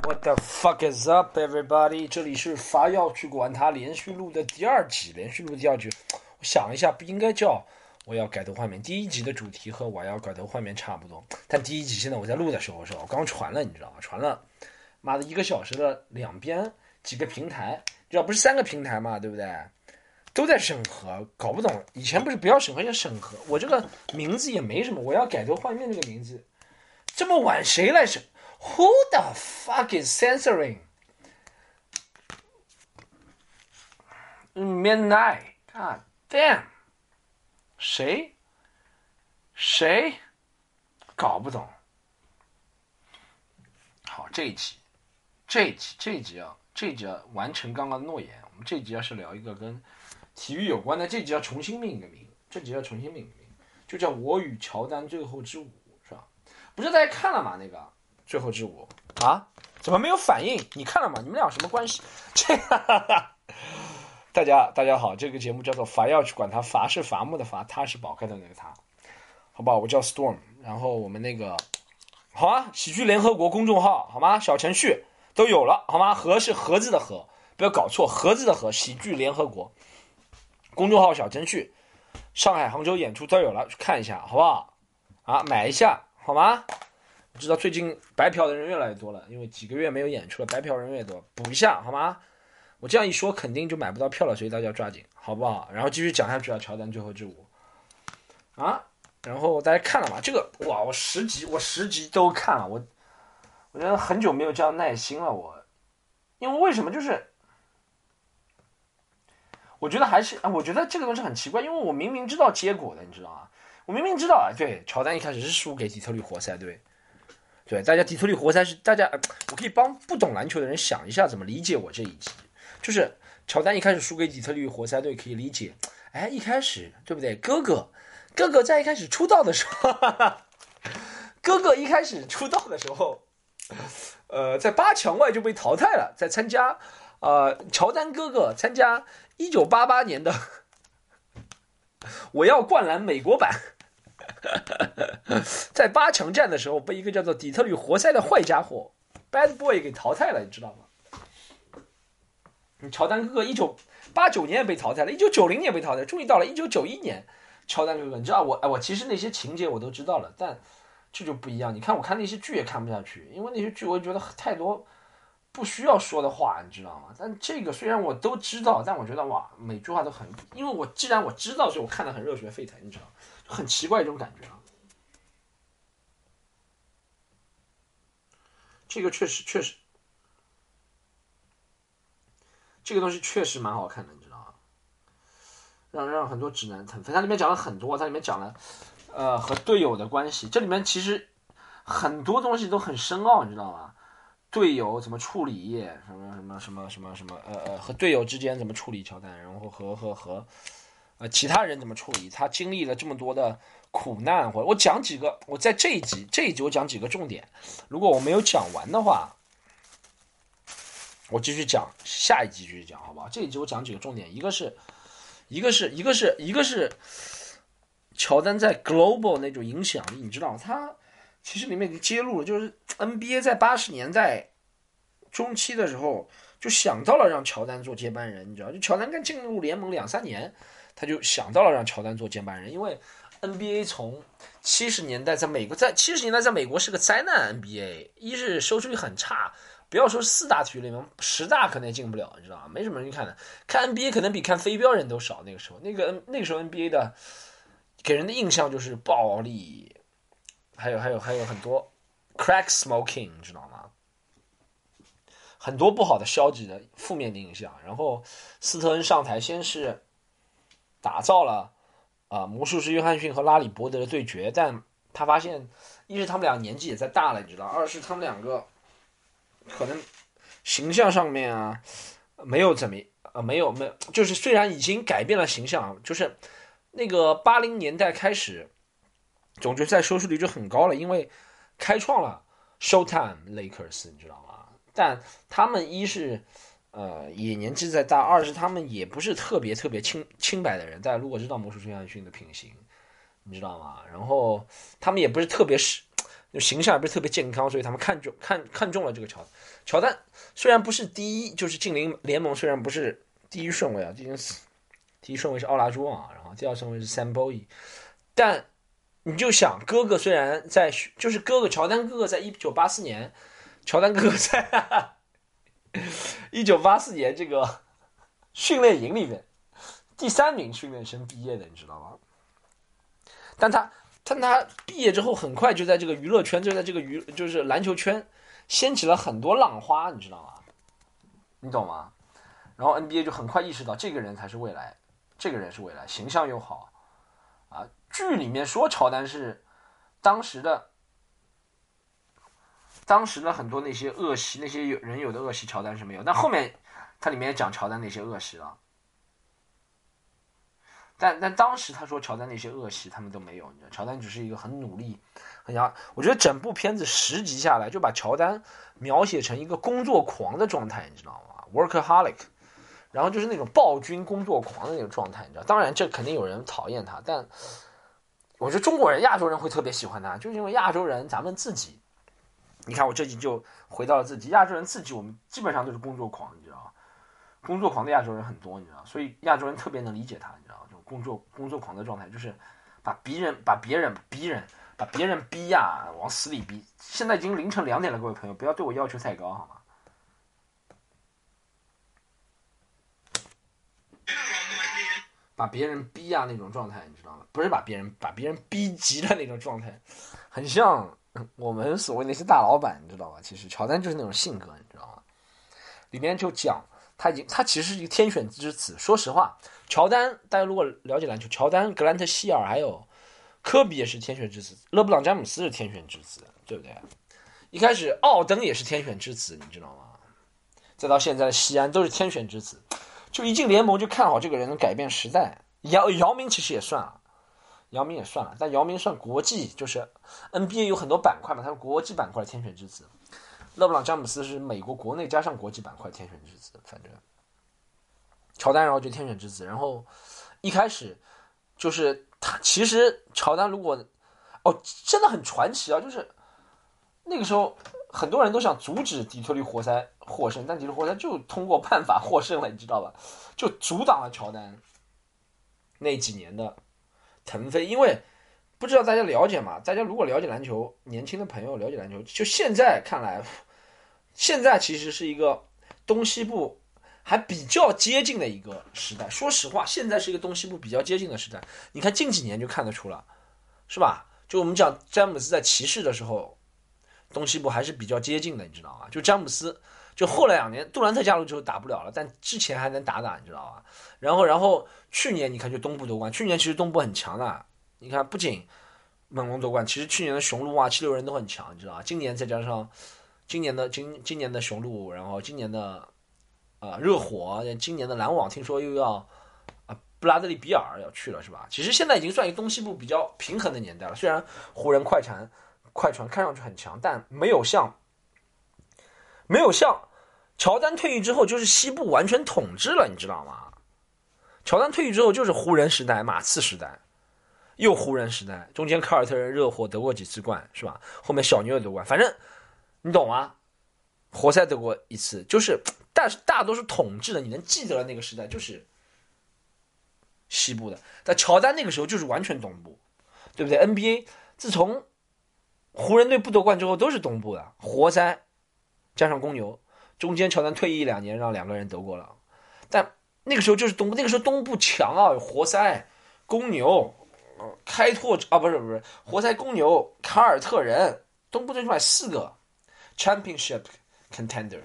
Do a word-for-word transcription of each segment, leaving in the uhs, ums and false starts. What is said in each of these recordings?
What the fuck is up, everybody？ 这里是伐要去管他连续录的第二集，连续录第二集。我想一下，不应该叫我要改头换面。第一集的主题和我要改头换面差不多，但第一集现在我在录的时候，是我刚传了，你知道吗？传了，妈的一个小时的两边几个平台，知道不是三个平台嘛，对不对？都在审核，搞不懂。以前不是不要审核，要审核。我这个名字也没什么，我要改头换面这个名字，这么晚谁来审？ Who the fuck is censoring? Midnight. God damn. 谁？谁？搞不懂。好，这一集，这一集，这一集啊，这一集要完成刚刚的诺言。我们这一集要是聊一个跟体育有关的，这一集要重新命一个名，这集要重新命一个名，就叫《我与乔丹最后之舞》，是吧？不是大家看了吗？那个。最后之舞啊，怎么没有反应？你看了吗？你们俩什么关系？这大家大家好，这个节目叫做伐要去管他，伐是伐木的伐，他是宝盖的那个他，好不好？我叫 Storm， 然后我们那个好吗？喜剧联合国公众号好吗？小程序都有了好吗？盒是盒子的盒，不要搞错，盒子的盒，喜剧联合国公众号小程序，上海、杭州演出都有了，去看一下好不好？啊，买一下好吗？我知道最近白嫖的人越来越多了，因为几个月没有演出了，白嫖人越多，补一下好吗？我这样一说，肯定就买不到票了，所以大家抓紧，好不好？然后继续讲下去啊，乔丹最后之舞啊，然后大家看了吗？这个哇，我十集我十集都看了，我我觉得很久没有这样耐心了，我因为为什么就是我觉得还是我觉得这个东西很奇怪，因为我明明知道结果的，你知道吗？我明明知道啊，对，乔丹一开始是输给底特律活塞队。对，大家底特律活塞是大家，我可以帮不懂篮球的人想一下怎么理解我这一集。就是乔丹一开始输给底特律活塞队可以理解，哎，一开始对不对？哥哥，哥哥在一开始出道的时候，哈哈哥哥一开始出道的时候，呃，在八强外就被淘汰了，在参加呃乔丹哥哥参加一九八八年的我要灌篮美国版。在八强战的时候被一个叫做底特律活塞的坏家伙 Bad Boy 给淘汰了，你知道吗？乔丹哥哥一九八九年也被淘汰了，一九九零年被淘汰，终于到了一九九一年，乔丹哥哥，你知道我我其实那些情节我都知道了，但这就不一样。你看我看那些剧也看不下去，因为那些剧我觉得太多不需要说的话，你知道吗？但这个虽然我都知道，但我觉得哇，每句话都很，因为我既然我知道，所以我看得很热血沸腾，你知道吗？很奇怪一种感觉啊。这个确实确实，这个东西确实蛮好看的，你知道吗？让让很多直男腾飞。它里面讲了很多，它里面讲了呃和队友的关系，这里面其实很多东西都很深奥，你知道吗？队友怎么处理，什么什么什么什么什么呃呃和队友之间怎么处理乔丹，然后和和和呃其他人怎么处理，他经历了这么多的苦难，或者我讲几个，我在这一集这一集我讲几个重点，如果我没有讲完的话，我继续讲下一集继续讲，好不好？这一集我讲几个重点，一个是一个是一个是一个是乔丹在 global 那种影响力，你知道吗？他其实里面揭露了，就是 N B A 在八十年代中期的时候就想到了让乔丹做接班人，你知道，就乔丹刚进入联盟两三年，他就想到了让乔丹做接班人，因为 N B A 从七十年代在美国，在七十年代在美国是个灾难 N B A， 一是收视率很差，不要说四大体育联盟，十大可能也进不了，你知道吗？没什么人看的，看 N B A 可能比看飞镖人都少。那个时候，那个那个时候 N B A 的给人的印象就是暴力，还有还有还有很多 crack smoking， 你知道吗？很多不好的消极的负面的印象。然后斯特恩上台，先是打造了啊、呃、魔术师约翰逊和拉里伯德的对决，但他发现一是他们俩年纪也在大了，你知道，二是他们两个可能形象上面啊没有怎么呃没有没有，就是虽然已经改变了形象，就是那个八零年代开始总决赛收视率就很高了，因为开创了 Showtime Lakers， 你知道吗？但他们一是呃也年纪在大，二是他们也不是特别特别清清白的人，大家如果知道魔术师约翰逊的品行，你知道吗？然后他们也不是特别是就形象也不是特别健康，所以他们看中看看中了这个乔丹。乔丹虽然不是第一，就是近邻联盟虽然不是第一顺位啊，第一第一顺位是奥拉朱旺啊，然后第二顺位是 Sam Bowie， 但你就想哥哥虽然在，就是哥哥乔丹哥哥在一九八四年，乔丹哥哥在一九八四年这个训练营里面第三名训练生毕业的，你知道吗？但他但他毕业之后，很快就在这个娱乐圈，就在这个娱就是篮球圈掀起了很多浪花，你知道吗？你懂吗？然后 N B A 就很快意识到这个人才是未来，这个人是未来，形象又好啊。剧里面说乔丹是当时的当时的很多那些恶习，那些人有的恶习，乔丹是没有。但后面他里面也讲乔丹那些恶习了。但但当时他说乔丹那些恶习他们都没有，你知道，乔丹只是一个很努力、很想。我觉得整部片子十集下来，就把乔丹描写成一个工作狂的状态，你知道吗 ？workaholic， 然后就是那种暴君工作狂的那种状态，你知道。当然，这肯定有人讨厌他，但我觉得中国人、亚洲人会特别喜欢他，就是因为亚洲人咱们自己，你看我这集就回到了自己，亚洲人自己我们基本上都是工作狂，你知道吗？工作狂的亚洲人很多，你知道，所以亚洲人特别能理解他，你知道，这种工作工作狂的状态，就是把别人把别人逼人，把别人逼呀、啊，往死里逼。现在已经凌晨两点了，各位朋友，不要对我要求太高，好吗？把别人逼呀、啊、那种状态，你知道吗？不是把别人把别人逼急的那种状态，很像我们所谓那些大老板，你知道吧？其实乔丹就是那种性格，你知道吗？里面就讲。他已经，他其实是一个天选之子。说实话，乔丹，大家如果了解篮球，乔丹、格兰特希尔还有科比也是天选之子，勒布朗詹姆斯是天选之子，对不对？一开始奥登也是天选之子，你知道吗？再到现在的西安都是天选之子，就一进联盟就看好这个人能改变时代。姚姚明其实也算了，姚明也算了，但姚明算国际，就是 N B A 有很多板块嘛，他是国际板块的天选之子。勒布朗詹姆斯是美国国内加上国际板块天选之子，反正乔丹然后就天选之子，然后一开始就是他其实乔丹如果哦真的很传奇啊，就是那个时候很多人都想阻止底特律活塞获胜，但底特律活塞就通过办法获胜了，你知道吧？就阻挡了乔丹那几年的腾飞，因为不知道大家了解吗？大家如果了解篮球，年轻的朋友了解篮球，就现在看来。现在其实是一个东西部还比较接近的一个时代。说实话，现在是一个东西部比较接近的时代。你看近几年就看得出了，是吧？就我们讲詹姆斯在骑士的时候，东西部还是比较接近的，你知道吗？就詹姆斯，就后来两年杜兰特加入之后打不了了，但之前还能打打，你知道吧？然后，然后去年你看就东部夺冠，去年其实东部很强的。你看不仅猛龙夺冠，其实去年的雄鹿啊、七六人都很强，你知道吧？今年再加上。今年的今今年的雄鹿，然后今年的呃热火，今年的篮网，听说又要啊布拉德利比尔要去了，是吧？其实现在已经算一个东西部比较平衡的年代了。虽然湖人、快船、快船看上去很强，但没有像没有像乔丹退役之后，就是西部完全统治了，你知道吗？乔丹退役之后就是湖人时代、马刺时代，又湖人时代，中间凯尔特人、热火得过几次冠，是吧？后面小牛也得冠，反正。你懂吗？活塞得过一次，就是但是大多数统治的，你能记得的那个时代就是西部的。但乔丹那个时候就是完全东部，对不对 ？N B A 自从湖人队不夺冠之后都是东部的，活塞加上公牛，中间乔丹退役两年，让两个人得过了。但那个时候就是东部，那个时候东部强啊，有活塞、公牛、开拓啊，不是不是，活塞、公牛、凯尔特人，东部最起码四个。Championship contender，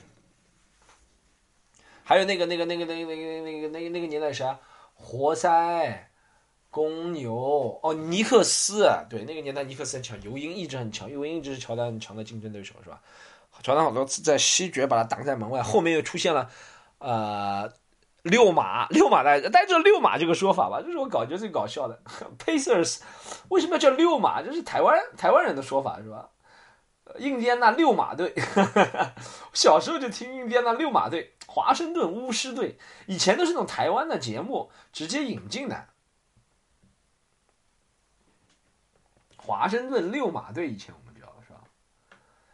还有那个那个那个那个那个那个那个那个年代谁啊？活塞、公牛，哦，尼克斯，对，那个年代尼克斯很强，尤因一直很强，尤因一直是乔丹很强的竞争对手，是吧？乔丹好多次在西决把他挡在门外，后面又出现了呃六马，六马来，大家知道六马这个说法吧？这是我搞觉得最搞笑的。Pacers 为什么要叫六马？这是台湾台湾人的说法，是吧？印第安纳六马队，小时候就听印第安纳六马队、华盛顿巫师队，以前都是那种台湾的节目直接引进的。华盛顿六马队以前我们知道是吧？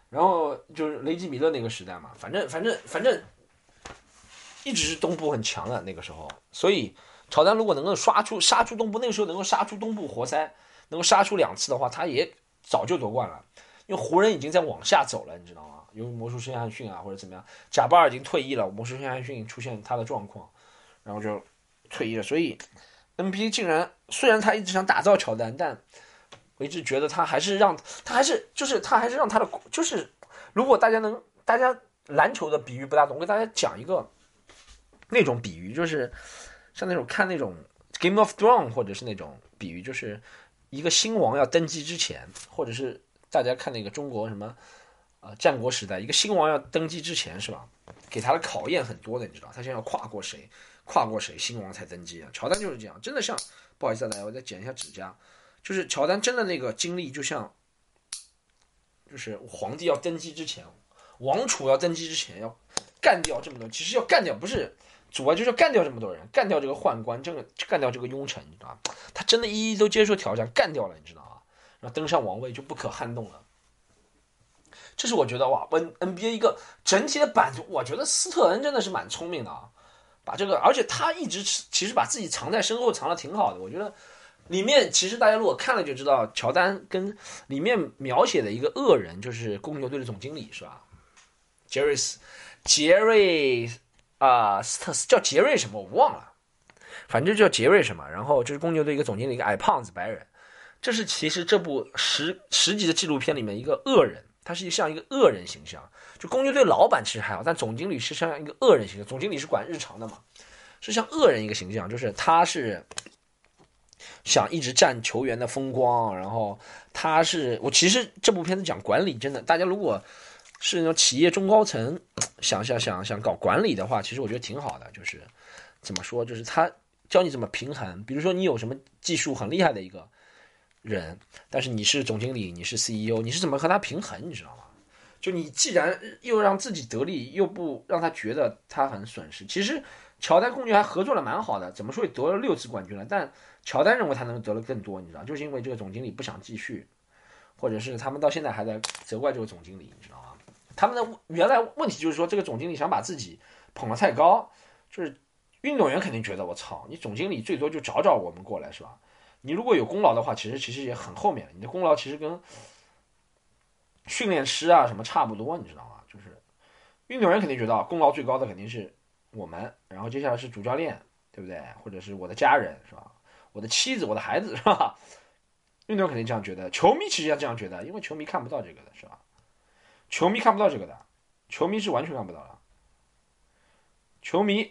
然后就是雷吉米勒那个时代嘛，反正反正反正一直是东部很强的那个时候，所以乔丹如果能够刷出杀出东部，那个时候能够杀出东部活塞，能够杀出两次的话，他也早就夺冠了。因为湖人已经在往下走了，你知道吗？由于魔术师约翰逊啊或者怎么样，贾巴尔已经退役了，魔术师约翰逊出现他的状况，然后就退役了。所以 N B A 竟然虽然他一直想打造乔丹，但我一直觉得他还是让他还是就是他还是让他的就是如果大家能大家篮球的比喻不大懂，我给大家讲一个那种比喻，就是像那种看那种 Game of Thrones 或者是那种比喻，就是一个新王要登基之前，或者是大家看那个中国什么呃战国时代，一个新王要登基之前是吧？给他的考验很多的，你知道，他先要跨过谁，跨过谁，新王才登基啊。乔丹就是这样，真的像不好意思大家，我再剪一下指甲，就是乔丹真的那个经历，就像就是皇帝要登基之前，王储要登基之前要干掉这么多，其实要干掉不是主要就是要干掉这么多人，干掉这个宦官，这个干掉这个庸臣，你知道吗？他真的一一都接受挑战，干掉了，你知道吗？然后登上王位就不可撼动了。这是我觉得哇 ，N B A 一个整体的版图，我觉得斯特恩真的是蛮聪明的啊，把这个，而且他一直其实把自己藏在身后，藏的挺好的。我觉得里面其实大家如果看了就知道，乔丹跟里面描写的一个恶人就是公牛队的总经理是吧？杰瑞斯，杰瑞啊、呃，斯特斯叫杰瑞什么我忘了，反正就叫杰瑞什么。然后这是公牛队一个总经理，一个矮胖子白人。这是其实这部十十集的纪录片里面一个恶人，他是像一个恶人形象。就公牛队老板其实还好，但总经理是像一个恶人形象。总经理是管日常的嘛，是像恶人一个形象，就是他是想一直占球员的风光，然后他是我其实这部片子讲管理，真的大家如果是那种企业中高层想想想想搞管理的话，其实我觉得挺好的。就是怎么说，就是他教你怎么平衡，比如说你有什么技术很厉害的一个人，但是你是总经理，你是 C E O， 你是怎么和他平衡，你知道吗？就你既然又让自己得利，又不让他觉得他很损失。其实乔丹公牛还合作的蛮好的，怎么说也得了六次冠军了，但乔丹认为他能得了更多，你知道，就是因为这个总经理不想继续，或者是他们到现在还在责怪这个总经理，你知道吗？他们的原来问题就是说，这个总经理想把自己捧得太高，就是运动员肯定觉得我操，你总经理最多就找找我们过来是吧？你如果有功劳的话，其实其实也很后面，你的功劳其实跟训练师啊什么差不多，你知道吗？就是运动员肯定觉得功劳最高的肯定是我们，然后接下来是主教练，对不对？或者是我的家人是吧？我的妻子、我的孩子是吧？运动员肯定这样觉得，球迷其实要这样觉得，因为球迷看不到这个的是吧？球迷看不到这个的，球迷是完全看不到的，球迷。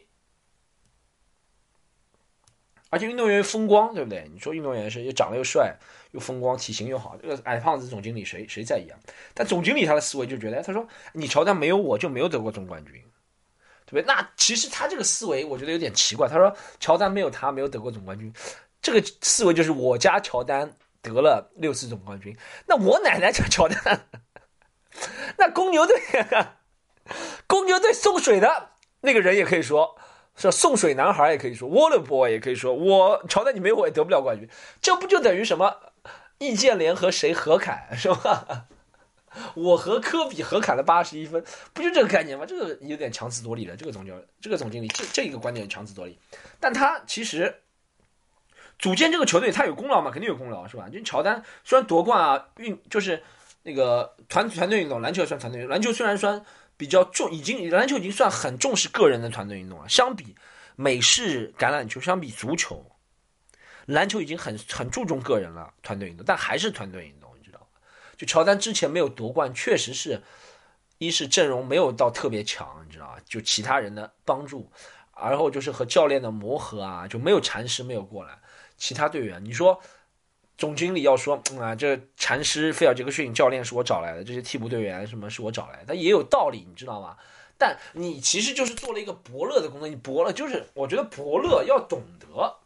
而且运动员风光，对不对？你说运动员是又长得又帅，又风光，体型又好，这个矮胖子总经理谁谁在意啊？但总经理他的思维就觉得，他说你乔丹没有我就没有得过总冠军，对不对？那其实他这个思维我觉得有点奇怪。他说乔丹没有他没有得过总冠军，这个思维就是我家乔丹得了六次总冠军，那我奶奶叫乔丹，那公牛队，公牛队送水的那个人也可以说。是送水男孩也可以说 ，Water Boy 也可以说，我乔丹你没有我也得不了冠军，这不就等于什么？易建联和谁合砍是吧？我和科比合砍了八十一分，不就这个概念吗？这个有点强词夺理了。这个总教这个总经理这这一个观点强词夺理，但他其实组建这个球队他有功劳嘛，肯定有功劳是吧？就乔丹虽然夺冠啊，运就是那个团团队运动，篮球算团队运动，篮球虽然算。比较重，已经篮球已经算很重视个人的团队运动了。相比美式橄榄球，相比足球，篮球已经很很注重个人了团队运动，但还是团队运动，你知道吗？就乔丹之前没有夺冠，确实是一是阵容没有到特别强，你知道吗？就其他人的帮助，然后就是和教练的磨合啊，就没有禅师没有过来，其他队员，你说。总经理要说、嗯、啊，这禅师菲尔杰克逊教练是我找来的，这些替补队员什么是我找来的，他也有道理，你知道吗？但你其实就是做了一个伯乐的工作，你伯乐就是我觉得伯乐要懂得，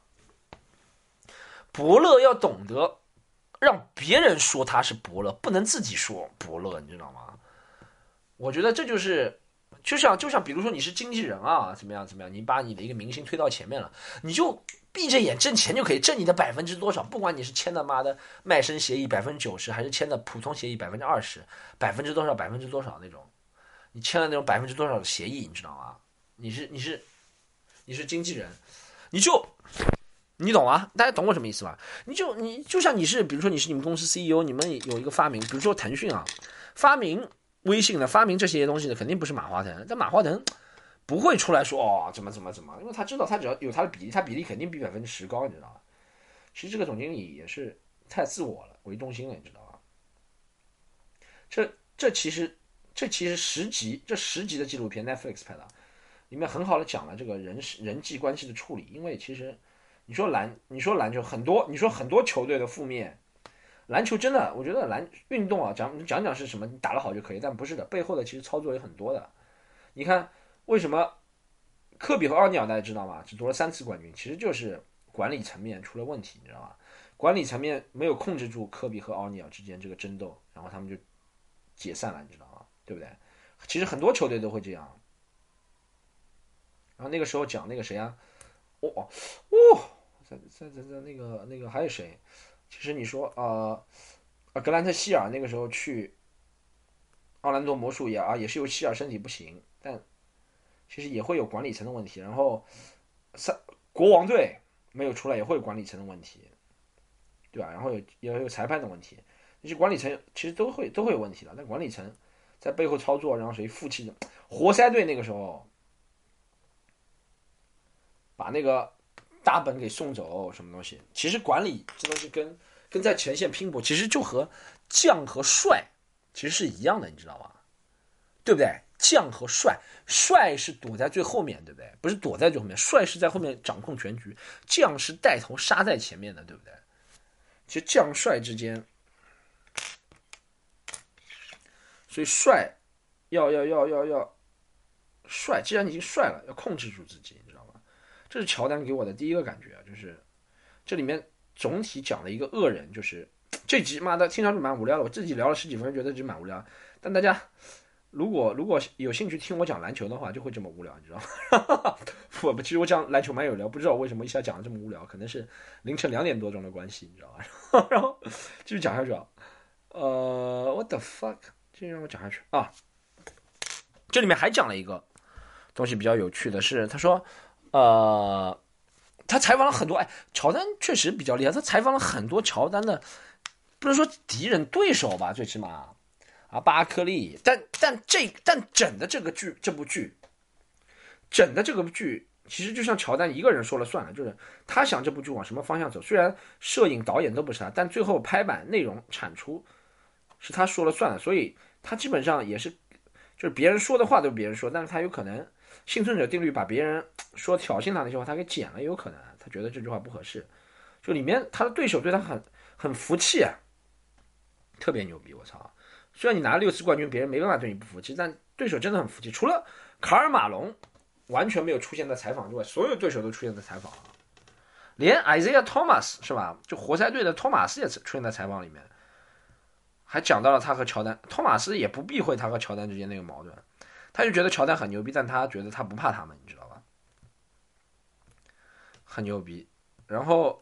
伯乐要懂得让别人说他是伯乐，不能自己说伯乐，你知道吗？我觉得这就是就像就像比如说你是经纪人啊，怎么样怎么样，你把你的一个明星推到前面了，你就闭着眼挣钱就可以，挣你的百分之多少，不管你是签的妈的卖身协议百分之九十，还是签的普通协议百分之二十，百分之多少百分之多少那种，你签了那种百分之多少的协议，你知道吗？你是你是你是经纪人，你就你懂啊？大家懂我什么意思吧？你就你就像你是，比如说你是你们公司 C E O， 你们有一个发明，比如说腾讯啊，发明微信的，发明这些东西的肯定不是马化腾，但马化腾不会出来说哦怎么怎么怎么，因为他知道他只要有他的比例，他比例肯定比百分之十高，你知道吧？其实这个总经理也是太自我了，为中心了，你知道吧？这这其实这其实十集这十集的纪录片 Netflix 拍的，里面很好的讲了这个人人际关系的处理，因为其实。你说篮，你说篮球很多，你说很多球队的负面，篮球真的，我觉得篮运动啊，讲讲讲是什么，你打得好就可以，但不是的，背后的其实操作也很多的。你看为什么科比和奥尼尔大家知道吗？只夺了三次冠军，其实就是管理层面出了问题，你知道吗？管理层面没有控制住科比和奥尼尔之间这个争斗，然后他们就解散了，你知道吗？对不对？其实很多球队都会这样。然后那个时候讲那个谁啊，哦哦。在在在在那个那个还有谁？其实你说呃，啊格兰特希尔那个时候去奥兰多魔术也啊也是由希尔身体不行，但其实也会有管理层的问题。然后三国王队没有出来也会有管理层的问题，对吧？然后有也有裁判的问题，这些管理层其实都会都会有问题的。但管理层在背后操作，然后谁负气的？活塞队那个时候把那个。大本给送走什么东西？其实管理这东西跟跟在前线拼搏，其实就和将和帅其实是一样的，你知道吗？对不对？将和帅，帅是躲在最后面，对不对？不是躲在最后面，帅是在后面掌控全局，将是带头杀在前面的，对不对？其实将帅之间，所以帅要要要要要帅，既然已经帅了，要控制住自己，你知道吗？这是乔丹给我的第一个感觉啊，就是这里面总体讲了一个恶人，就是这集妈的听上去蛮无聊的，我自己聊了十几分钟，觉得这集蛮无聊。但大家如果如果有兴趣听我讲篮球的话，就会这么无聊，你知道吗？我其实我讲篮球蛮有聊，不知道为什么一下讲的这么无聊，可能是凌晨两点多钟的关系，你知道吗？然后继续讲下去啊，呃 ，what the fuck， 继续让我讲下去啊。这里面还讲了一个东西比较有趣的是，他说。呃，他采访了很多，哎，乔丹确实比较厉害，他采访了很多乔丹的，不能说敌人对手吧，最起码啊，巴克利，但但这但整的这个剧，这部剧，整的这个剧，其实就像乔丹一个人说了算了，就是他想这部剧往什么方向走，虽然摄影导演都不是他，但最后拍板内容产出是他说了算了，所以他基本上也是，就是别人说的话都是别人说，但是他有可能。幸存者定律把别人说挑衅他那句话他给剪了，也有可能他觉得这句话不合适，就里面他的对手对他很很服气啊，特别牛逼，我操！虽然你拿了六次冠军，别人没办法对你不服气，但对手真的很服气。除了卡尔马龙完全没有出现在采访之外，所有对手都出现在采访，连 Isaiah Thomas 是吧？就活塞队的托马斯也出现在采访里面，还讲到了他和乔丹，托马斯也不避讳他和乔丹之间那个矛盾。他就觉得乔丹很牛逼，但他觉得他不怕他们，你知道吧？很牛逼。然后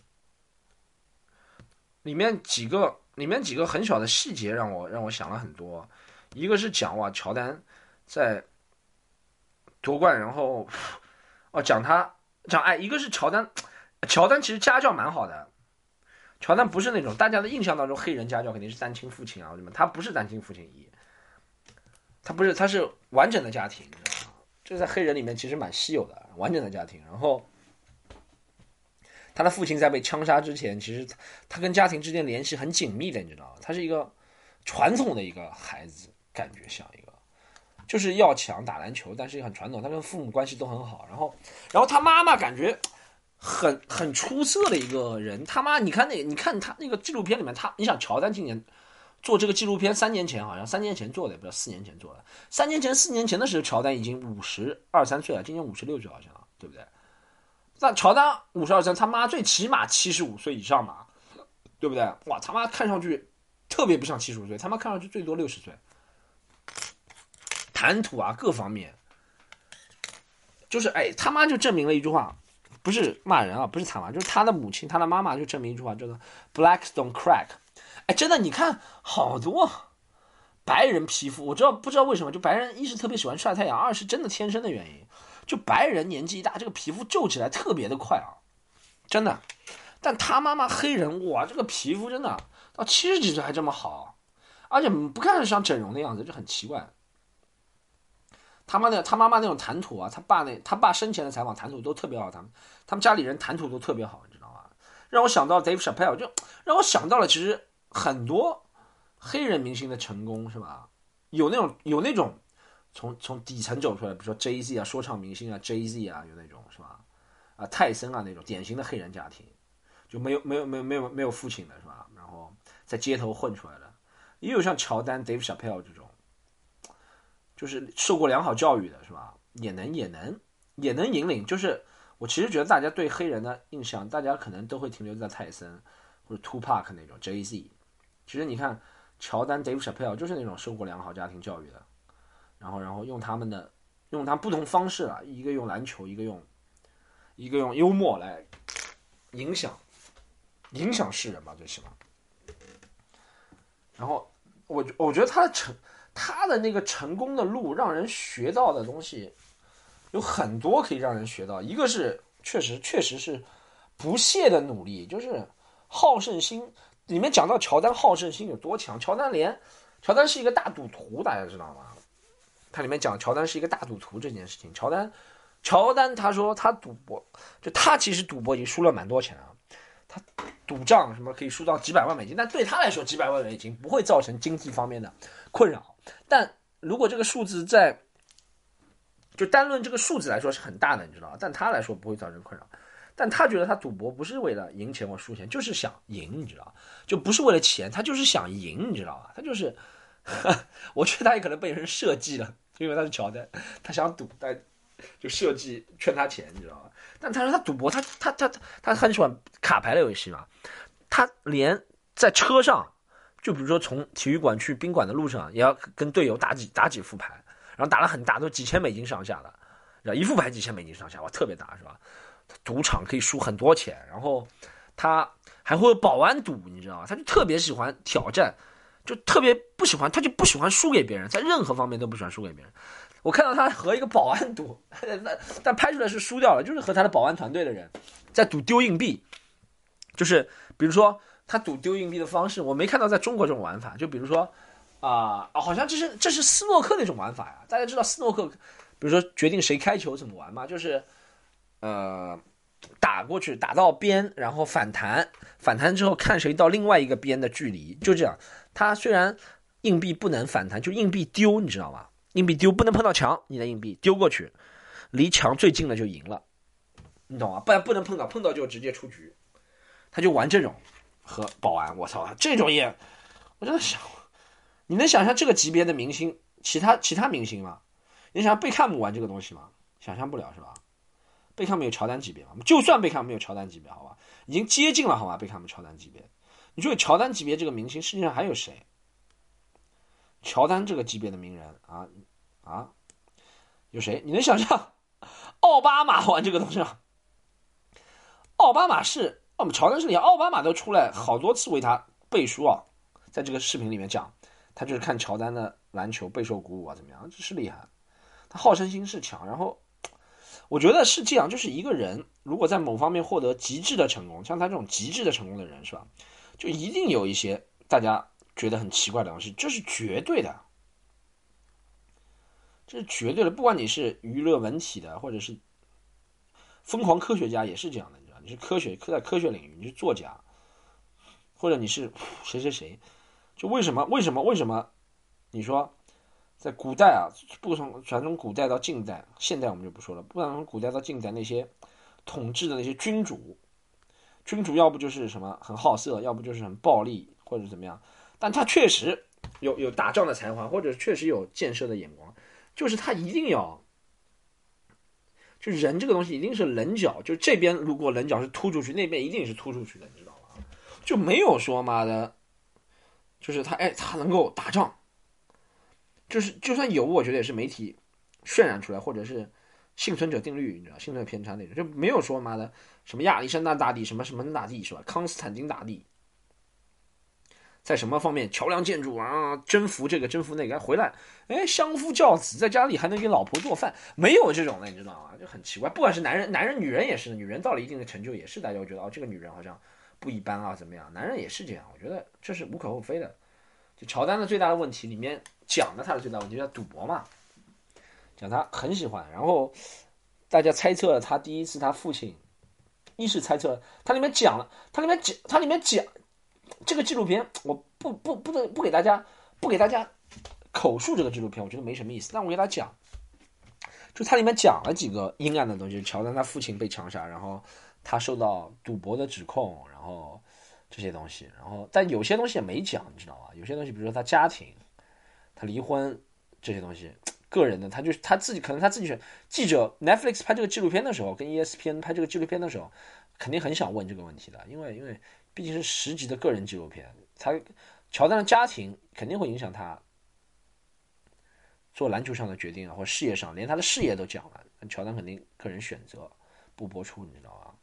里面几个里面几个很小的细节让我让我想了很多。一个是讲哇，乔丹在夺冠，然后哦讲他讲哎，一个是乔丹，乔丹其实家教蛮好的。乔丹不是那种大家的印象当中黑人家教肯定是单亲父亲啊什么，他不是单亲父亲一。他不是，他是完整的家庭，你知道吗？这在黑人里面其实蛮稀有的，完整的家庭。然后，他的父亲在被枪杀之前，其实他跟家庭之间联系很紧密的，你知道吗？他是一个传统的一个孩子，感觉像一个，就是要强打篮球，但是也很传统。他跟父母关系都很好。然后，然后他妈妈感觉很很出色的一个人。他妈，你看那，你看他那个纪录片里面，他，你想乔丹今年。做这个纪录片三年前好像三年前做的，也不知道四年前做的。三年前四年前的时候，乔丹已经五十二三岁了，今年五十六岁好像，对不对？那乔丹五十二三，他妈最起码七十五岁以上嘛，对不对？哇，他妈看上去特别不像七十五岁，他妈看上去最多六十岁。 谈吐啊各方面，就是哎他妈就证明了一句话，不是骂人啊，不是惨骂，就是他的母亲他的妈妈就证明一句话，叫做 Blacks don't crack。 哎，真的你看好多白人皮肤，我知道不知道为什么，就白人一是特别喜欢晒太阳，二是真的天生的原因，就白人年纪一大，这个皮肤皱起来特别的快啊，真的。但他妈妈黑人，哇，这个皮肤真的到七十几岁还这么好，而且不看着像整容的样子，就很奇怪。他妈的，他妈妈那种谈吐啊，他爸那他爸生前的采访谈吐都特别好，他们他们家里人谈吐都特别好，你知道吗？让我想到 Dave Chappelle， 就让我想到了其实很多黑人明星的成功，是吧？有那种有那种从从底层走出来，比如说 Jay Z 啊，说唱明星啊 ，Jay Z 啊，有那种是吧？啊，泰森啊那种典型的黑人家庭，就没有没有没有没有没有父亲的是吧？然后在街头混出来的，也有像乔丹、Dave Chappelle 这种。就是受过良好教育的是吧？也能也能也能引领。就是我其实觉得大家对黑人的印象，大家可能都会停留在泰森或者 Tupac 那种 Jay Z。其实你看乔丹 Dave Chappelle 就是那种受过良好家庭教育的，然后然后用他们的用他不同方式啊，一个用篮球，一个用一个用幽默来影响影响世人吧，最起码。然后我我觉得他的成。他的那个成功的路，让人学到的东西有很多可以让人学到。一个是确实确实是不懈的努力，就是好胜心。里面讲到乔丹好胜心有多强，乔丹连乔丹是一个大赌徒，大家知道吗？他里面讲乔丹是一个大赌徒这件事情。乔丹乔丹他说他赌博，就他其实赌博已经输了蛮多钱了，他赌账什么可以输到几百万美金，但对他来说几百万美金不会造成经济方面的困扰。但如果这个数字在就单论这个数字来说是很大的，你知道，但他来说不会造成困扰。但他觉得他赌博不是为了赢钱或输钱，就是想赢，你知道，就不是为了钱，他就是想赢，你知道吧？他就是我觉得他也可能被人设计了，因为他是乔丹，他想赌，但就设计圈他钱，你知道吧？但他说他赌博，他他他他很喜欢卡牌的游戏嘛，他连在车上，就比如说从体育馆去宾馆的路上，也要跟队友打几打几副牌，然后打了很大，都几千美金上下的，然后一副牌几千美金上下，哇，特别大是吧？赌场可以输很多钱，然后他还会有保安赌，你知道吗？他就特别喜欢挑战，就特别不喜欢，他就不喜欢输给别人，在任何方面都不喜欢输给别人。我看到他和一个保安赌，但拍出来是输掉了，就是和他的保安团队的人在赌丢硬币，就是比如说他赌丢硬币的方式，我没看到在中国这种玩法，就比如说啊、呃，好像这是这是斯诺克那种玩法呀。大家知道斯诺克，比如说决定谁开球怎么玩吗？就是呃打过去，打到边，然后反弹，反弹之后看谁到另外一个边的距离，就这样。他虽然硬币不能反弹，就硬币丢，你知道吗？硬币丢不能碰到墙，你的硬币丢过去，离墙最近的就赢了，你懂吗？不然不能碰到，碰到就直接出局。他就玩这种和保安，我操，这种也，我真的想，你能想象这个级别的明星，其他其他明星吗？你想象贝克汉姆玩这个东西吗？想象不了是吧？贝克汉姆有乔丹级别吗？就算贝克汉姆有乔丹级别，好吧，已经接近了，好吧，贝克汉姆乔丹级别。你说有乔丹级别这个明星，世界上还有谁？乔丹这个级别的名人啊啊，有谁？你能想象奥巴马玩这个东西吗？奥巴马是我们乔丹是连奥巴马都出来好多次为他背书啊，在这个视频里面讲，他就是看乔丹的篮球备受鼓舞啊，怎么样？这是厉害，他好胜心是强。然后我觉得是这样，就是一个人如果在某方面获得极致的成功，像他这种极致的成功的人，是吧？就一定有一些大家觉得很奇怪的东西，这是绝对的，这是绝对的。不管你是娱乐文体的，或者是疯狂科学家，也是这样的。你知道，你是科学在科学领域，你是作家，或者你是谁谁谁，就为什么为什么为什么？你说在古代啊，不从传从古代到近代，现代我们就不说了，不管从古代到近代，那些统治的那些君主。君主要不就是什么很好色，要不就是很暴力或者怎么样，但他确实有有打仗的才华，或者确实有建设的眼光，就是他一定要，就人这个东西一定是棱角，就这边如果棱角是突出去，那边一定是突出去的，你知道吗？就没有说妈的，就是他哎他能够打仗， 就是就算有，我觉得也是媒体渲染出来，或者是幸存者定律，你知道，幸存者偏差那种，就没有说妈的什么亚历山大大帝，什么什么大帝是吧？康斯坦丁大帝在什么方面桥梁建筑啊，征服这个征服那个，回来哎相夫教子，在家里还能给老婆做饭，没有这种的，你知道吗？就很奇怪。不管是男人，男人女人也是，女人到了一定的成就也是，大家会觉得哦，这个女人好像不一般啊，怎么样？男人也是这样，我觉得这是无可厚非的。就乔丹的最大的问题里面讲的他的最大问题叫赌博嘛，讲他很喜欢，然后大家猜测他第一次他父亲，一是猜测他里面讲了，他里面讲他里面讲这个纪录片，我不不不不不给大家不给大家口述这个纪录片，我觉得没什么意思，但我给他讲，就它里面讲了几个阴暗的东西，乔丹他父亲被枪杀，然后他受到赌博的指控，然后这些东西，然后但有些东西也没讲，你知道吗？有些东西，比如说他家庭，他离婚这些东西，个人的，他就是他自己，可能他自己选记者 Netflix 拍这个纪录片的时候，跟 E S P N 拍这个纪录片的时候，肯定很想问这个问题的，因为因为毕竟是十集的个人纪录片，他乔丹的家庭肯定会影响他做篮球上的决定啊，或事业上，连他的事业都讲了，乔丹肯定个人选择不播出，你知道吧？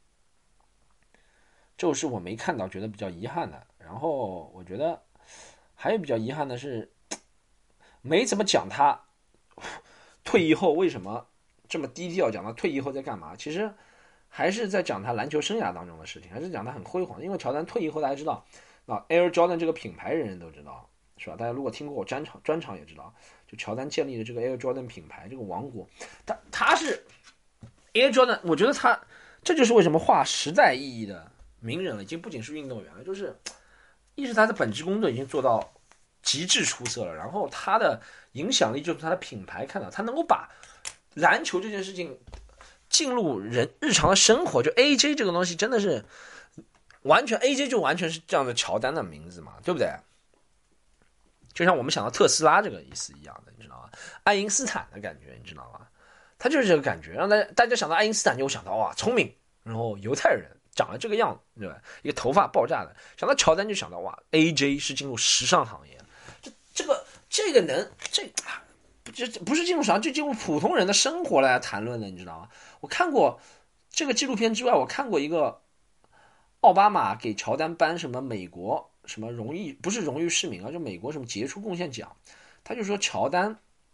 这是我没看到，觉得比较遗憾的。然后我觉得还有比较遗憾的是，没怎么讲他退役后为什么这么低调，讲他退役后在干嘛。其实还是在讲他篮球生涯当中的事情，还是讲他很辉煌。因为乔丹退役后，大家知道，啊 Air Jordan 这个品牌人人都知道，是吧？大家如果听过我专场专场也知道，就乔丹建立的这个 Air Jordan 品牌这个王国，他他是 Air Jordan， 我觉得他这就是为什么划时代意义的名人了，已经不仅是运动员了，就是一是他的本职工作已经做到极致出色了，然后他的影响力就是他的品牌看到，他能够把篮球这件事情进入人日常的生活，就 A J 这个东西真的是完全 A J 就完全是这样的乔丹的名字嘛，对不对？就像我们想到特斯拉这个意思一样的，你知道吗？爱因斯坦的感觉，你知道吗？他就是这个感觉，让大家大家想到爱因斯坦就会想到哇聪明，然后犹太人长了这个样子，对吧？一个头发爆炸的，想到乔丹就想到哇 A J 是进入时尚行业，这这个这个能这这不是进入时尚，就进入普通人的生活来谈论的，你知道吗？我看过这个纪录片之外，我看过一个奥巴马给乔丹颁什么美国什么荣誉，不是荣誉市民啊，就美国什么杰出贡献奖，他就说乔丹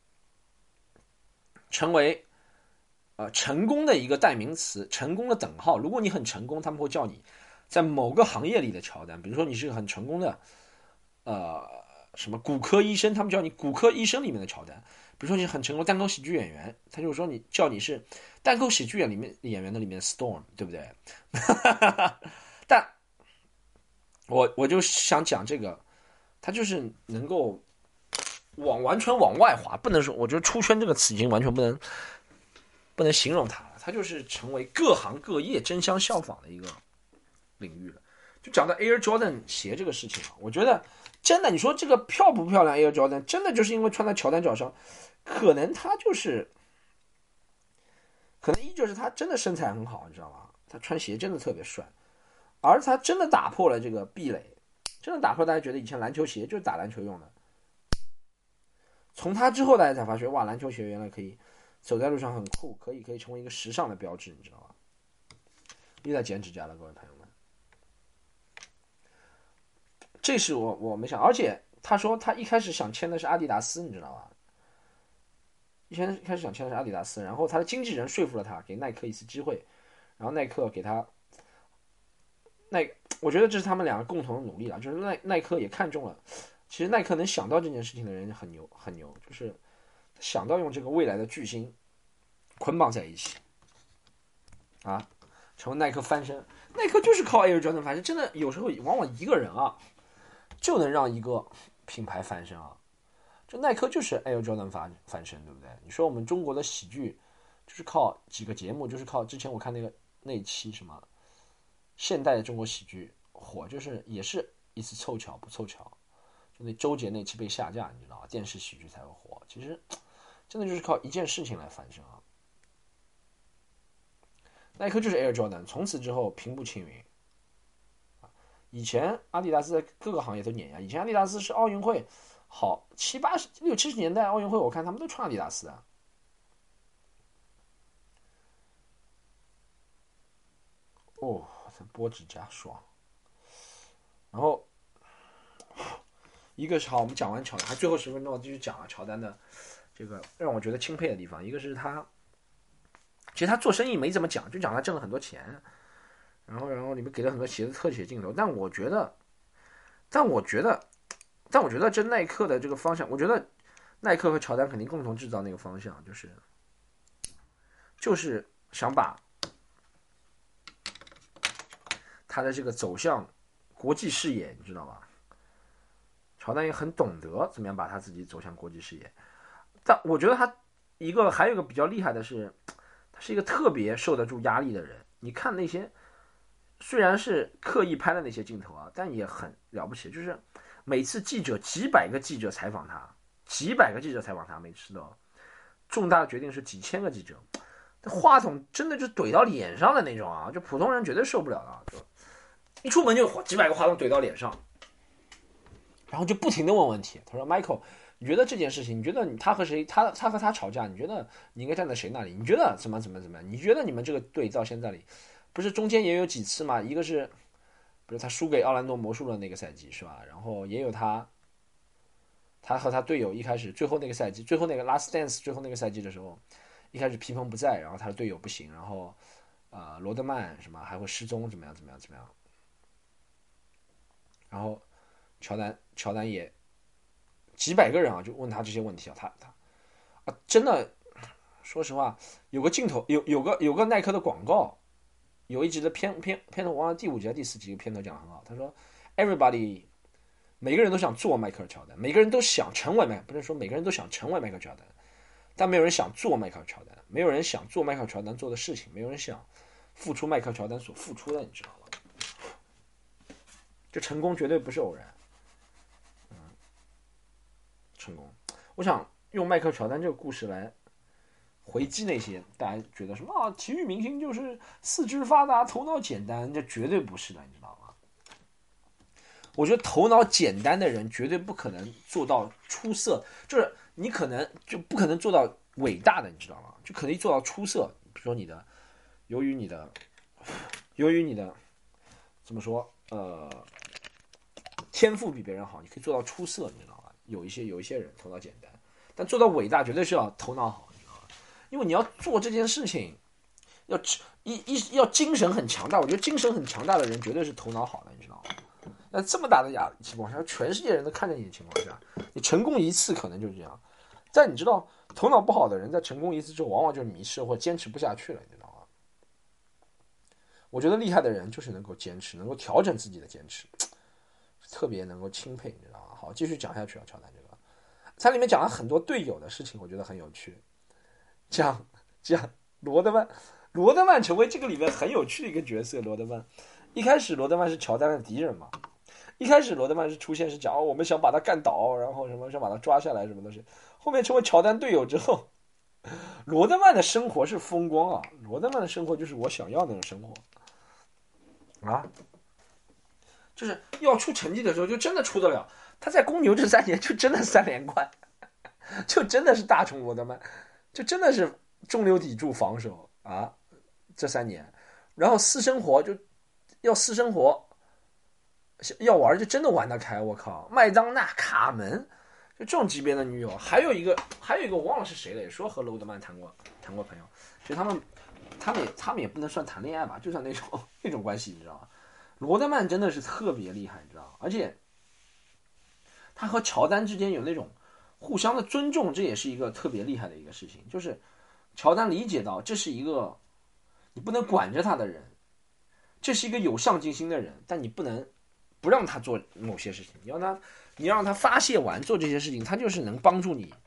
成为呃成功的一个代名词，成功的等号。如果你很成功，他们会叫你在某个行业里的乔丹，比如说你是个很成功的呃什么骨科医生，他们叫你骨科医生里面的乔丹。比如说你很成功单口喜剧演员，他就说你叫你是单口喜剧演里面演员的里面的 Storm， 对不对？但我我就想讲这个，他就是能够往完全往外滑，不能说，我觉得出圈这个词已经完全不能不能形容他了，他就是成为各行各业争相效仿的一个领域了。就讲到 Air Jordan 鞋这个事情啊，我觉得真的，你说这个漂不漂亮 Air Jordan， 真的就是因为穿在乔丹脚上，可能他就是，可能一就是他真的身材很好，你知道吗？他穿鞋真的特别帅，而他真的打破了这个壁垒，真的打破大家觉得以前篮球鞋就是打篮球用的。从他之后，大家才发觉，哇，篮球鞋原来可以走在路上很酷，可以可以成为一个时尚的标志，你知道吗？又在剪指甲了，各位朋友们。这是我我没想，而且他说他一开始想签的是阿迪达斯，你知道吧？一开始想签的是阿迪达斯，然后他的经纪人说服了他，给耐克一次机会，然后耐克给他耐，我觉得这是他们两个共同的努力了，就是耐耐克也看中了。其实耐克能想到这件事情的人很牛很牛，就是想到用这个未来的巨星捆绑在一起啊，成为耐克翻身。耐克就是靠 Air Jordan 翻身，真的有时候往往一个人啊就能让一个品牌翻身啊。这耐克就是 Air Jordan 翻翻身，对不对？你说我们中国的喜剧就是靠几个节目，就是靠之前我看那个那一期什么现代的中国喜剧火，就是也是一次凑巧不凑巧，就那周杰那期被下架，你知道吗？电视喜剧才会火。其实真的就是靠一件事情来翻身啊。耐克就是 Air Jordan， 从此之后平步青云。以前阿迪达斯在各个行业都碾压，以前阿迪达斯是奥运会好七八十六七十年代奥运会，我看他们都穿阿迪达斯的。哦，波指甲爽。然后一个是好，我们讲完乔丹，还最后十分钟我继续讲啊乔丹的这个让我觉得钦佩的地方。一个是他，其实他做生意没怎么讲，就讲他挣了很多钱，然后然后里面给了很多鞋子特写镜头。但我觉得，但我觉得，但我觉得这耐克的这个方向，我觉得耐克和乔丹肯定共同制造那个方向，就是就是想把他的这个走向国际视野，你知道吧？乔丹也很懂得怎么样把他自己走向国际视野，但我觉得他一个还有一个比较厉害的是，他是一个特别受得住压力的人。你看那些虽然是刻意拍的那些镜头啊，但也很了不起，就是每次记者几百个记者采访他，几百个记者采访他，每次都重大的决定是几千个记者，话筒真的就怼到脸上的那种啊，就普通人绝对受不了的，就一出门就几百个话筒怼到脸上。然后就不停的问问题。他说 ：“Michael， 你觉得这件事情，你觉得他和谁，他他和他吵架，你觉得你应该站在谁那里？你觉得怎么怎么怎么样？你觉得你们这个队到现在里，不是中间也有几次嘛？一个是，比如他输给奥兰多魔术的那个赛季是吧？然后也有他，他和他队友一开始最后那个赛季，最后那个 Last Dance 最后那个赛季的时候，一开始皮蓬不在，然后他的队友不行，然后呃罗德曼什么还会失踪，怎么样怎么样怎么样？然后。”乔丹，乔丹也几百个人啊，就问他这些问题啊，他他啊，真的，说实话，有个镜头，有有个有个耐克的广告，有一集的片片片头，忘了第五集还是第四集，片头讲得很好。他说 ，everybody， 每个人都想做迈克尔乔丹，每个人都想成为迈，不是说每个人都想成为迈克尔乔丹，但没有人想做迈克尔乔丹，没有人想做迈克尔乔丹做的事情，没有人想付出迈克尔乔丹所付出的，你知道吗？这成功绝对不是偶然。成功，我想用迈克尔乔丹这个故事来回击那些大家觉得什么啊，体育明星就是四肢发达、头脑简单，这绝对不是的，你知道吗？我觉得头脑简单的人绝对不可能做到出色，就是你可能就不可能做到伟大的，你知道吗？就可能做到出色，比如说你的，由于你的，由于你的怎么说，呃，天赋比别人好，你可以做到出色，你知道吗？有一些有一些人头脑简单，但做到伟大绝对是要头脑好，你知道吗？因为你要做这件事情，要一一要精神很强大。我觉得精神很强大的人绝对是头脑好的，你知道吗？那这么大的压力情况下，全世界人都看着你的情况下，你成功一次可能就是这样。但你知道，头脑不好的人在成功一次之后，往往就迷失或坚持不下去了，你知道吗？我觉得厉害的人就是能够坚持，能够调整自己的坚持，特别能够钦佩，你知道吗？好，继续讲下去啊，乔丹这个，它里面讲了很多队友的事情，我觉得很有趣。讲讲罗德曼，罗德曼成为这个里面很有趣的一个角色。罗德曼一开始罗德曼是乔丹的敌人嘛，一开始罗德曼是出现是讲哦，我们想把他干倒，然后什么想把他抓下来什么东西。后面成为乔丹队友之后，罗德曼的生活是风光啊，罗德曼的生活就是我想要的那种生活啊。就是要出成绩的时候，就真的出得了。他在公牛这三年就真的三连冠，就真的是大虫罗德曼，就真的是中流砥柱防守啊，这三年。然后私生活就要私生活，要玩就真的玩得开。我靠，麦当娜、卡门，就这种级别的女友。还有一个，还有一个我忘了是谁了，也说和罗德曼谈过谈过朋友。其实他们，他们也他们也不能算谈恋爱吧，就算那种那种关系，你知道吗？罗德曼真的是特别厉害，你知道吗？而且他和乔丹之间有那种互相的尊重，这也是一个特别厉害的一个事情。就是乔丹理解到这是一个你不能管着他的人，这是一个有上进心的人，但你不能不让他做某些事情，你让他你让他发泄完做这些事情，他就是能帮助你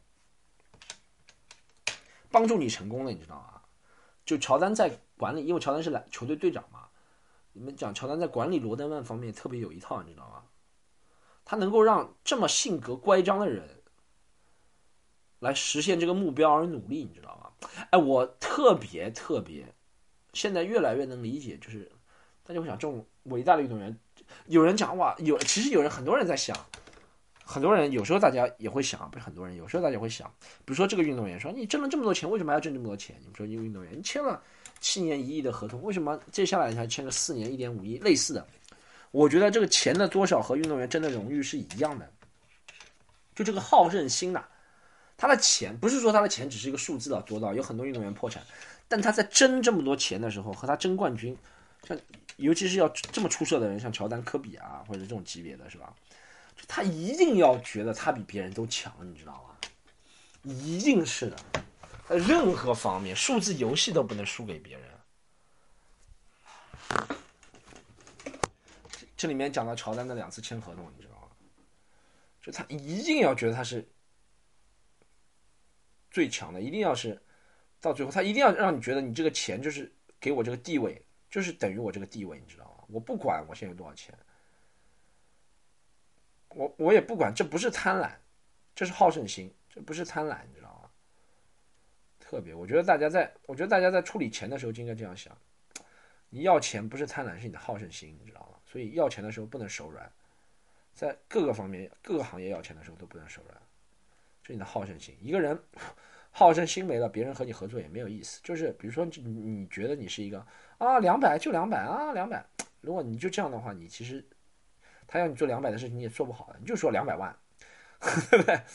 帮助你成功的，你知道吗？就乔丹在管理，因为乔丹是球队队长嘛。你们讲乔丹在管理罗德曼方面特别有一套，你知道吗？他能够让这么性格乖张的人来实现这个目标而努力，你知道吗？哎，我特别特别，现在越来越能理解，就是大家会想这种伟大的运动员，有人讲哇，有其实有人很多人在想， 很多人有时候大家也会想，不是很多人有时候大家会想，比如说这个运动员说你挣了这么多钱，为什么还要挣这么多钱？你们说一个运动员你签了七年一亿的合同，为什么接下来才签个四年一点五亿？类似的，我觉得这个钱的多少和运动员争的荣誉是一样的。就这个好胜心呐、啊，他的钱不是说他的钱只是一个数字的多到，有很多运动员破产，但他在争这么多钱的时候，和他争冠军，像尤其是要这么出色的人，像乔丹、科比啊，或者这种级别的是吧？他一定要觉得他比别人都强，你知道吗？一定是的，任何方面，数字游戏都不能输给别人。这里面讲到乔丹的两次签合同，你知道吗？就他一定要觉得他是最强的，一定要是到最后，他一定要让你觉得你这个钱就是给我这个地位，就是等于我这个地位，你知道吗？我不管我现在有多少钱。我我也不管，这不是贪婪，这是好胜心，这不是贪婪，你知道吗？特别，我觉得大家在，我觉得大家在处理钱的时候就应该这样想：你要钱不是贪婪，是你的好胜心，你知道吗？所以要钱的时候不能手软，在各个方面、各个行业要钱的时候都不能手软，这是你的好胜心。一个人好胜心没了，别人和你合作也没有意思。就是比如说你，你觉得你是一个啊两百就两百啊两百，如果你就这样的话，你其实。他要你做两百的事情，你也做不好的，你就说两百万，对不对？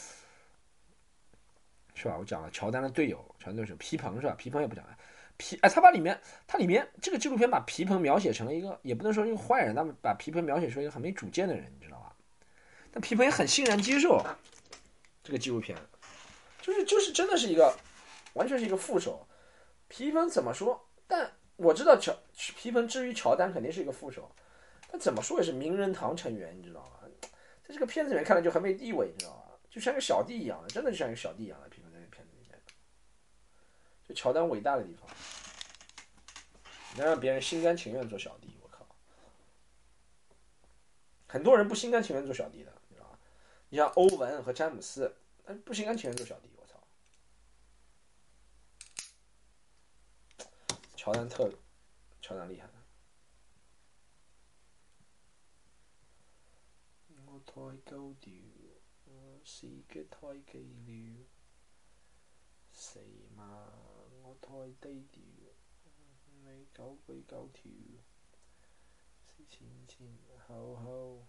是吧？我讲了乔丹的队友，乔丹对手皮蓬是吧？皮蓬也不讲了，皮哎，他把里面他里面这个纪录片把皮蓬描写成了一个，也不能说一个坏人，他们把皮蓬描写成一个很没主见的人，你知道吧？但皮蓬也很欣然接受这个纪录片，就是就是真的是一个完全是一个副手。皮蓬怎么说？但我知道乔皮蓬至于乔丹肯定是一个副手。他怎么说也是名人堂成员，你知道吗？在这个片子里面看来就很没地位，你知道吗？就像一个小弟一样的，真的就像一个小弟一样的。皮蓬在这个片子里面，就乔丹伟大的地方，能让别人心甘情愿做小弟。我靠，很多人不心甘情愿做小弟的，你知道吗？你像欧文和詹姆斯，不心甘情愿做小弟。我操，乔丹特，乔丹厉害。太高調，我是嘅太伎了，死嘛！我太低調，你九句九條，是前前後後。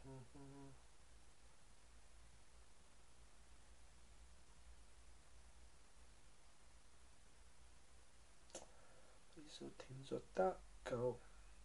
你說停咗得夠。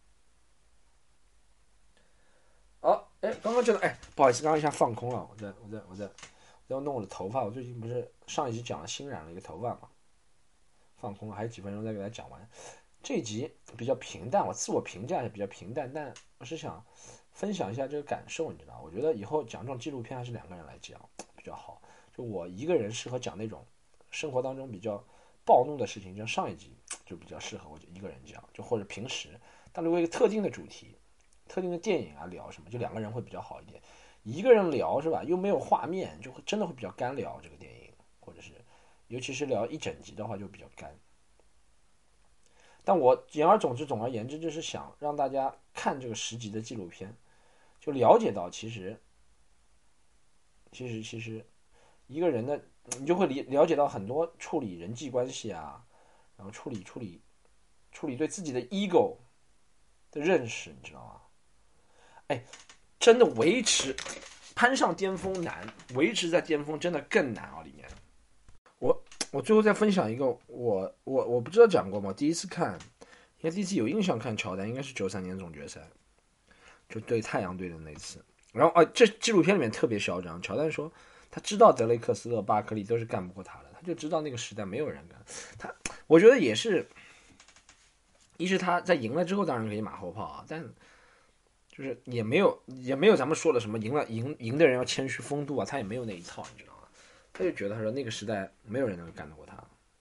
哦，哎，刚刚真的，哎，不好意思，刚刚一下放空了，我在我在我在我在弄我的头发，我最近不是上一集讲了新染了一个头发嘛，放空了，还有几分钟再给大家讲完。这一集比较平淡，我自我评价是比较平淡，但我是想分享一下这个感受，你知道，我觉得以后讲这种纪录片还是两个人来讲比较好，就我一个人适合讲那种生活当中比较暴怒的事情，像上一集就比较适合我一个人讲，就或者平时，但如果一个特定的主题。特定的电影啊，聊什么就两个人会比较好一点。一个人聊是吧，又没有画面，就会真的会比较干聊这个电影，或者是尤其是聊一整集的话就比较干。但我言而总之，总而言之，就是想让大家看这个十集的纪录片，就了解到其实，其实其实一个人的你就会了解到很多处理人际关系啊，然后处理处理处理对自己的 ego 的认识，你知道吗？哎，真的维持攀上巅峰难，维持在巅峰真的更难啊！里面，我我最后再分享一个，我我我不知道讲过吗？第一次看，应该第一次有印象看乔丹，应该是九三年总决赛，就对太阳队的那次。然后啊，这纪录片里面特别嚣张，乔丹说他知道德雷克斯勒、巴克利都是干不过他的，他就知道那个时代没有人干他。我觉得也是，一是他在赢了之后当然可以马后炮啊，但。就是也没有也没有咱们说的什么赢了赢赢的人要谦虚风度啊，他也没有那一套，你知道吗？他就觉得他说那个时代没有人能干得过他。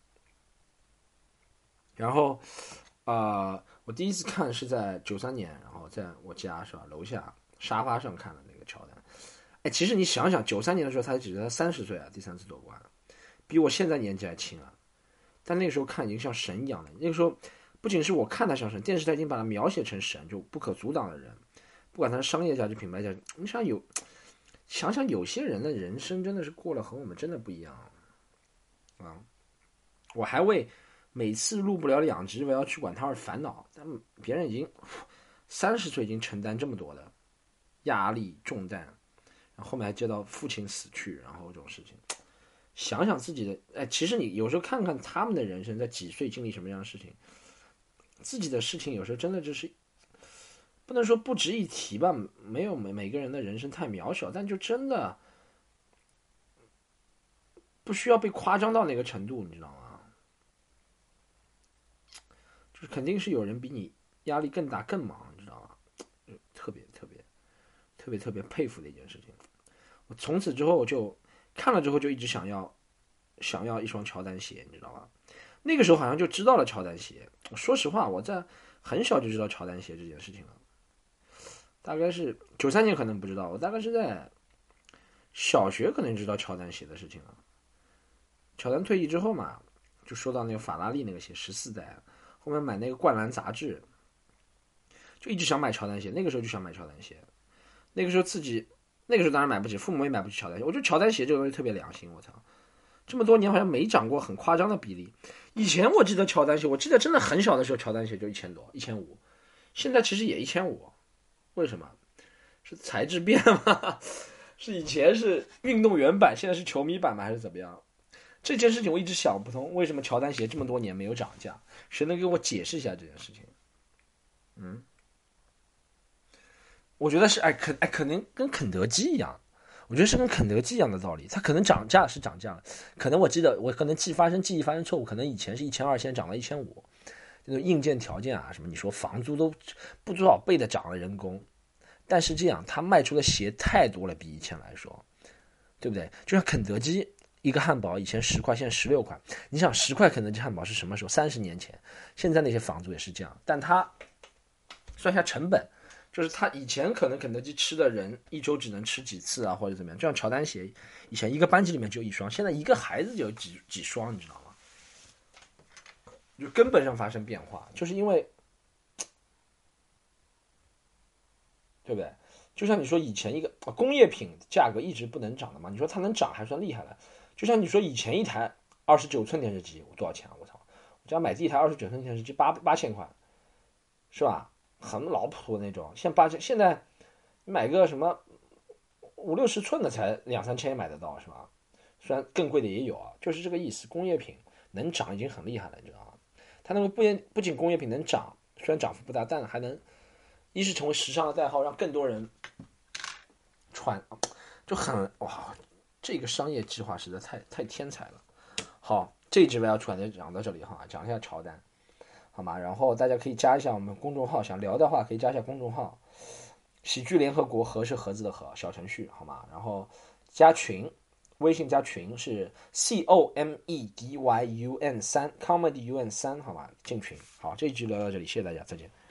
然后啊、呃，我第一次看是在九三年，然后在我家是吧，楼下沙发上看的那个乔丹。哎，其实你想想，九三年的时候他只是他三十岁啊，第三次夺冠，比我现在年纪还轻啊。但那个时候看已经像神一样的，那个时候不仅是我看他像神，电视台已经把他描写成神，就不可阻挡的人。不管它是商业价值、品牌价值，你想有， 想想有些人的人生真的是过了和我们真的不一样啊！我还为每次录不了两集我要去管他而烦恼，但别人已经三十岁已经承担这么多的压力重担，然后后面还接到父亲死去，然后这种事情，想想自己的，哎，其实你有时候看看他们的人生，在几岁经历什么样的事情，自己的事情有时候真的就是不能说不值一提吧，没有每每个人的人生太渺小，但就真的不需要被夸张到那个程度，你知道吗？就是肯定是有人比你压力更大更忙，你知道吗？特别特别特别特别佩服的一件事情。我从此之后就看了之后就一直想要想要一双乔丹鞋，你知道吗？那个时候好像就知道了乔丹鞋。说实话，我在很小就知道乔丹鞋这件事情了。大概是九三年可能不知道，我大概是在小学可能知道乔丹鞋的事情了。乔丹退役之后嘛，就说到那个法拉利那个鞋十四代，后面买那个灌篮杂志，就一直想买乔丹鞋。那个时候就想买乔丹鞋，那个时候自己那个时候当然买不起，父母也买不起乔丹鞋。我觉得乔丹鞋这个东西特别良心，我操，这么多年好像没涨过很夸张的比例。以前我记得乔丹鞋，我记得真的很小的时候乔丹鞋就一千多、一千五，现在其实也一千五。为什么？是材质变吗？是以前是运动员版，现在是球迷版吗？还是怎么样？这件事情我一直想不通，为什么乔丹鞋这么多年没有涨价？谁能给我解释一下这件事情？嗯，我觉得是哎可哎可能跟肯德基一样，我觉得是跟肯德基一样的道理，它可能涨价是涨价了，可能我记得我可能记发生记忆发生错误，可能以前是一千二，现在涨了一千五。这个硬件条件啊，什么你说房租都不多少倍的涨了人工，但是这样他卖出的鞋太多了，比以前来说，对不对？就像肯德基一个汉堡以前十块，现在十六块，你想十块肯德基汉堡是什么时候？三十年前，现在那些房租也是这样，但他算下成本，就是他以前可能肯德基吃的人一周只能吃几次啊，或者怎么样。就像乔丹鞋，以前一个班级里面就一双，现在一个孩子就有几几双，你知道吗？就根本上发生变化，就是因为，对不对？就像你说以前一个工业品价格一直不能涨的嘛，你说它能涨还算厉害了。就像你说以前一台二十九寸电视机多少钱啊？我操！我家买第一台二十九寸电视机八八千块，是吧？很老普的那种。现在八千，现在你买个什么五六十寸的才两三千也买得到，是吧？虽然更贵的也有啊，就是这个意思。工业品能涨已经很厉害了，你知道吗？它那个不不仅工业品能涨，虽然涨幅不大，但还能一是成为时尚的代号，让更多人穿，就很哇，这个商业计划实在太太天才了。好，这一集我要传就讲到这里哈，讲一下乔丹，好吗？然后大家可以加一下我们公众号，想聊的话可以加一下公众号，喜剧联合国，和是盒子的和，小程序好吗？然后加群。微信加群是 C O M E D Y U N 三 comedy U N 三好吗？进群。好，这一集聊到这里，谢谢大家，再见。